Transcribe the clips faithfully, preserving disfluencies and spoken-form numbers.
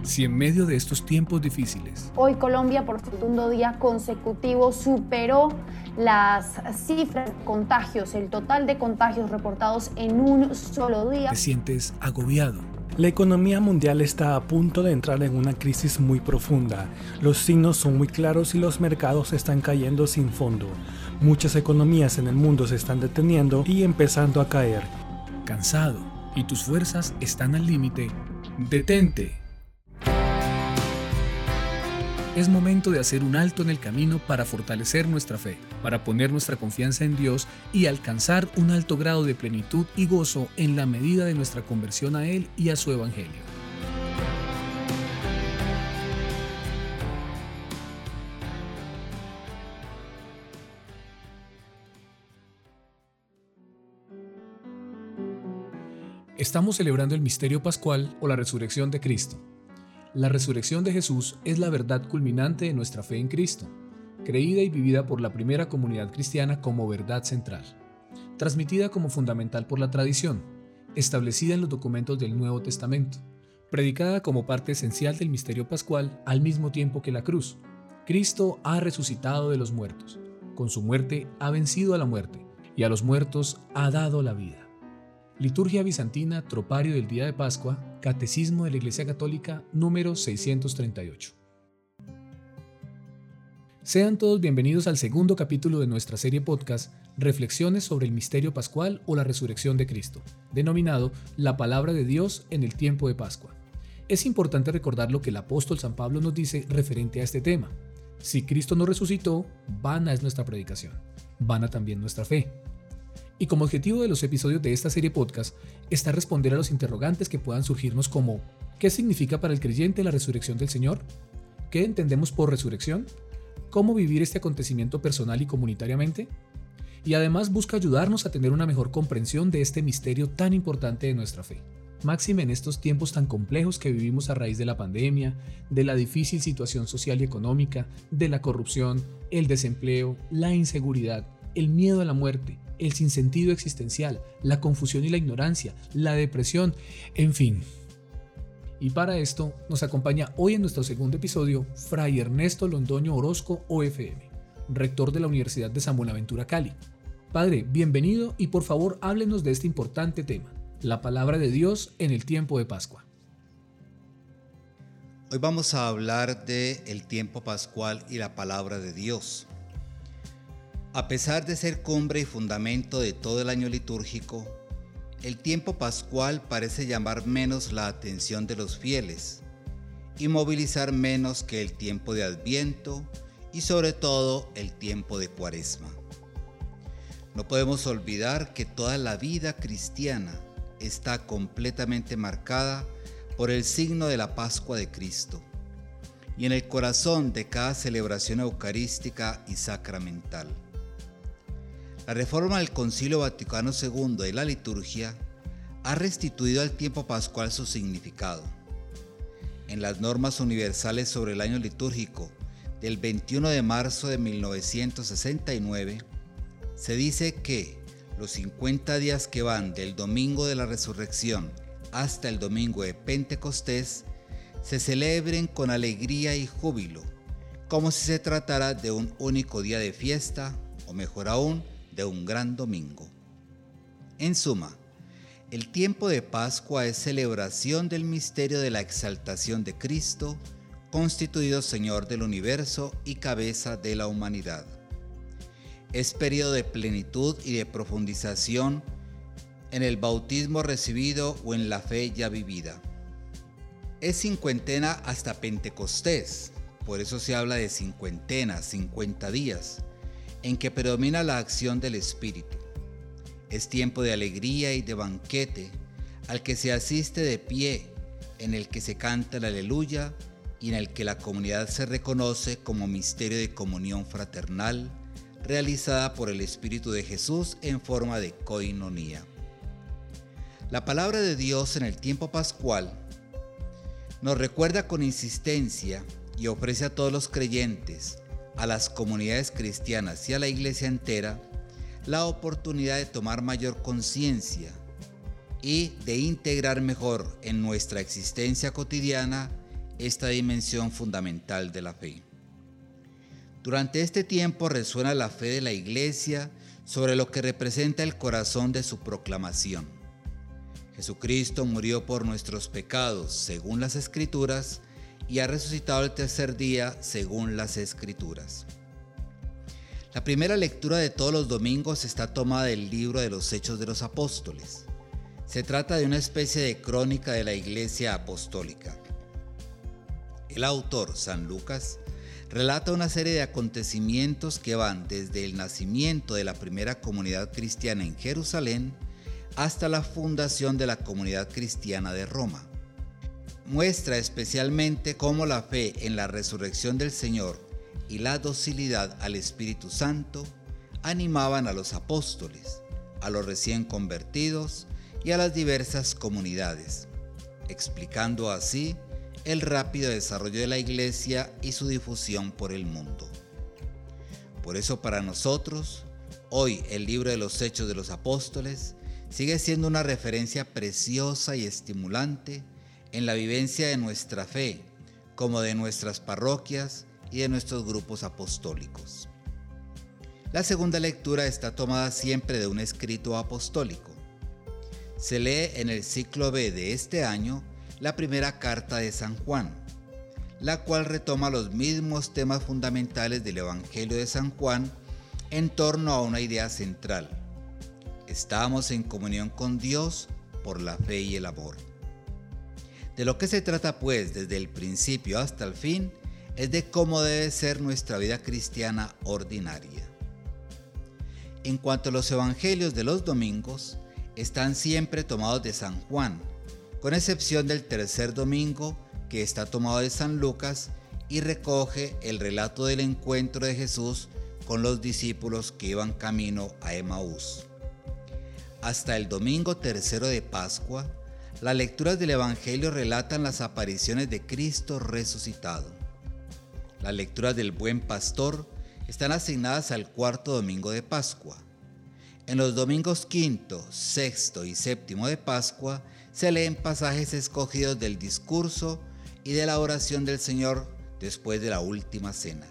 si en medio de estos tiempos difíciles, hoy Colombia por segundo día consecutivo superó las cifras de contagios, el total de contagios reportados en un solo día, te sientes agobiado, la economía mundial está a punto de entrar en una crisis muy profunda. Los signos son muy claros y los mercados están cayendo sin fondo. Muchas economías en el mundo se están deteniendo y empezando a caer. cansado y tus fuerzas están al límite, detente. Es momento de hacer un alto en el camino para fortalecer nuestra fe, para poner nuestra confianza en Dios y alcanzar un alto grado de plenitud y gozo en la medida de nuestra conversión a Él y a su Evangelio. Estamos celebrando el misterio pascual o la resurrección de Cristo. La resurrección de Jesús es la verdad culminante de nuestra fe en Cristo, creída y vivida por la primera comunidad cristiana como verdad central, transmitida como fundamental por la tradición, establecida en los documentos del Nuevo Testamento, predicada como parte esencial del misterio pascual al mismo tiempo que la cruz. Cristo ha resucitado de los muertos, con su muerte ha vencido a la muerte y a los muertos ha dado la vida. Liturgia bizantina, tropario del día de Pascua, Catecismo de la Iglesia Católica, número seiscientos treinta y ocho. Sean todos bienvenidos al segundo capítulo de nuestra serie podcast Reflexiones sobre el misterio pascual o la resurrección de Cristo, denominado La Palabra de Dios en el tiempo de Pascua. Es importante recordar lo que el apóstol San Pablo nos dice referente a este tema. Si Cristo no resucitó, vana es nuestra predicación, vana también nuestra fe. Y como objetivo de los episodios de esta serie podcast está responder a los interrogantes que puedan surgirnos como ¿qué significa para el creyente la resurrección del Señor? ¿Qué entendemos por resurrección? ¿Cómo vivir este acontecimiento personal y comunitariamente? Y además busca ayudarnos a tener una mejor comprensión de este misterio tan importante de nuestra fe. Máxime en estos tiempos tan complejos que vivimos a raíz de la pandemia, de la difícil situación social y económica, de la corrupción, el desempleo, la inseguridad, el miedo a la muerte, el sinsentido existencial, la confusión y la ignorancia, la depresión, en fin. Y para esto nos acompaña hoy en nuestro segundo episodio Fray Ernesto Londoño Orozco O F M, rector de la Universidad de San Buenaventura Cali. Padre, bienvenido y por favor háblenos de este importante tema, la palabra de Dios en el tiempo de Pascua. Hoy vamos a hablar de el tiempo pascual y la palabra de Dios. A pesar de ser cumbre y fundamento de todo el año litúrgico, el tiempo pascual parece llamar menos la atención de los fieles y movilizar menos que el tiempo de Adviento y sobre todo el tiempo de Cuaresma. No podemos olvidar que toda la vida cristiana está completamente marcada por el signo de la Pascua de Cristo y en el corazón de cada celebración eucarística y sacramental. La reforma del Concilio Vaticano segundo de la liturgia ha restituido al tiempo pascual su significado. En las normas universales sobre el año litúrgico del veintiuno de marzo de mil novecientos sesenta y nueve, se dice que los cincuenta días que van del domingo de la resurrección hasta el domingo de Pentecostés se celebren con alegría y júbilo, como si se tratara de un único día de fiesta, o mejor aún, de un gran domingo. En suma, el tiempo de Pascua es celebración del misterio de la exaltación de Cristo, constituido Señor del universo y cabeza de la humanidad. Es periodo de plenitud y de profundización en el bautismo recibido o en la fe ya vivida. Es cincuentena hasta Pentecostés, por eso se habla de cincuentena, cincuenta días, en que predomina la acción del Espíritu. Es tiempo de alegría y de banquete, al que se asiste de pie, en el que se canta el aleluya y en el que la comunidad se reconoce como misterio de comunión fraternal, realizada por el Espíritu de Jesús en forma de coinonía. La palabra de Dios en el tiempo pascual nos recuerda con insistencia y ofrece a todos los creyentes, a las comunidades cristianas y a la Iglesia entera, la oportunidad de tomar mayor conciencia y de integrar mejor en nuestra existencia cotidiana esta dimensión fundamental de la fe. Durante este tiempo resuena la fe de la Iglesia sobre lo que representa el corazón de su proclamación. Jesucristo murió por nuestros pecados, según las Escrituras, y ha resucitado el tercer día, según las Escrituras. La primera lectura de todos los domingos está tomada del libro de los Hechos de los Apóstoles. Se trata de una especie de crónica de la Iglesia Apostólica. El autor, San Lucas, relata una serie de acontecimientos que van desde el nacimiento de la primera comunidad cristiana en Jerusalén hasta la fundación de la comunidad cristiana de Roma. Muestra especialmente cómo la fe en la resurrección del Señor y la docilidad al Espíritu Santo animaban a los apóstoles, a los recién convertidos y a las diversas comunidades, explicando así el rápido desarrollo de la Iglesia y su difusión por el mundo. Por eso para nosotros, hoy el libro de los Hechos de los Apóstoles sigue siendo una referencia preciosa y estimulante en la vivencia de nuestra fe, como de nuestras parroquias y de nuestros grupos apostólicos. La segunda lectura está tomada siempre de un escrito apostólico. Se lee en el ciclo B de este año la primera carta de San Juan, la cual retoma los mismos temas fundamentales del Evangelio de San Juan en torno a una idea central: estamos en comunión con Dios por la fe y el amor. De lo que se trata pues desde el principio hasta el fin es de cómo debe ser nuestra vida cristiana ordinaria. En cuanto a los evangelios de los domingos, están siempre tomados de San Juan, con excepción del tercer domingo, que está tomado de San Lucas y recoge el relato del encuentro de Jesús con los discípulos que iban camino a Emaús. Hasta el domingo tercero de Pascua, las lecturas del Evangelio relatan las apariciones de Cristo resucitado. Las lecturas del Buen Pastor están asignadas al cuarto domingo de Pascua. En los domingos quinto, sexto y séptimo de Pascua se leen pasajes escogidos del discurso y de la oración del Señor después de la última cena.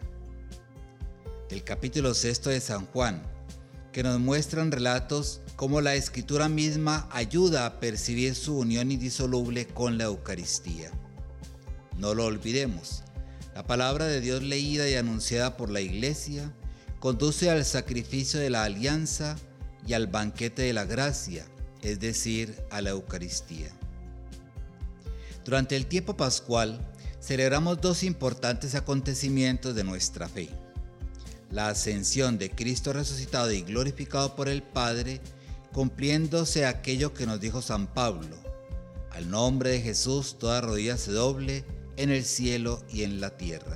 Del capítulo sexto de San Juan, que nos muestran relatos como la Escritura misma ayuda a percibir su unión indisoluble con la Eucaristía. No lo olvidemos, la palabra de Dios leída y anunciada por la Iglesia conduce al sacrificio de la alianza y al banquete de la gracia, es decir, a la Eucaristía. Durante el tiempo pascual celebramos dos importantes acontecimientos de nuestra fe: la ascensión de Cristo resucitado y glorificado por el Padre, cumpliéndose aquello que nos dijo San Pablo: al nombre de Jesús toda rodilla se doble en el cielo y en la tierra.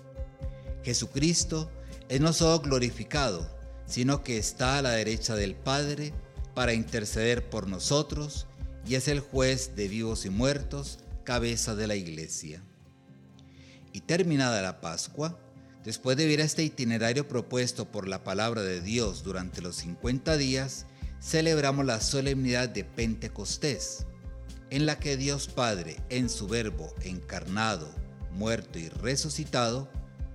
Jesucristo es no solo glorificado, sino que está a la derecha del Padre para interceder por nosotros y es el juez de vivos y muertos, cabeza de la Iglesia. Y terminada la Pascua, después de ver este itinerario propuesto por la palabra de Dios durante los cincuenta días, celebramos la solemnidad de Pentecostés, en la que Dios Padre, en su Verbo encarnado, muerto y resucitado,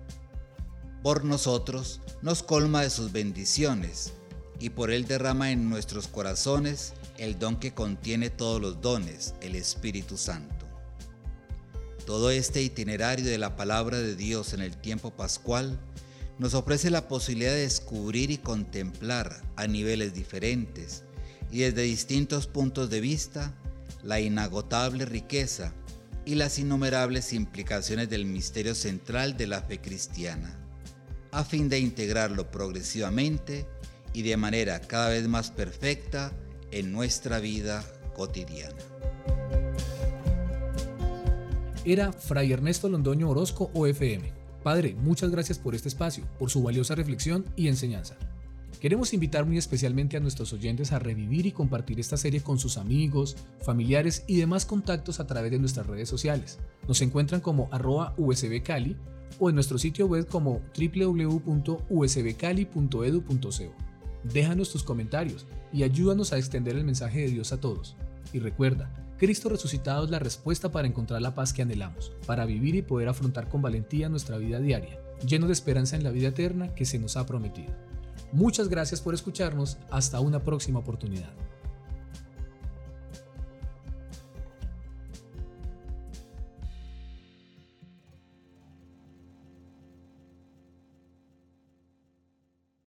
por nosotros nos colma de sus bendiciones y por él derrama en nuestros corazones el don que contiene todos los dones, el Espíritu Santo. Todo este itinerario de la palabra de Dios en el tiempo pascual nos ofrece la posibilidad de descubrir y contemplar a niveles diferentes y desde distintos puntos de vista la inagotable riqueza y las innumerables implicaciones del misterio central de la fe cristiana, a fin de integrarlo progresivamente y de manera cada vez más perfecta en nuestra vida cotidiana. Era Fray Ernesto Londoño Orozco, O F M. Padre, muchas gracias por este espacio, por su valiosa reflexión y enseñanza. Queremos invitar muy especialmente a nuestros oyentes a revivir y compartir esta serie con sus amigos, familiares y demás contactos a través de nuestras redes sociales. Nos encuentran como arroba usbcali o en nuestro sitio web como doble u doble u doble u punto u s b cali punto e d u punto c o. Déjanos tus comentarios y ayúdanos a extender el mensaje de Dios a todos. Y recuerda, Cristo resucitado es la respuesta para encontrar la paz que anhelamos, para vivir y poder afrontar con valentía nuestra vida diaria, lleno de esperanza en la vida eterna que se nos ha prometido. Muchas gracias por escucharnos, hasta una próxima oportunidad.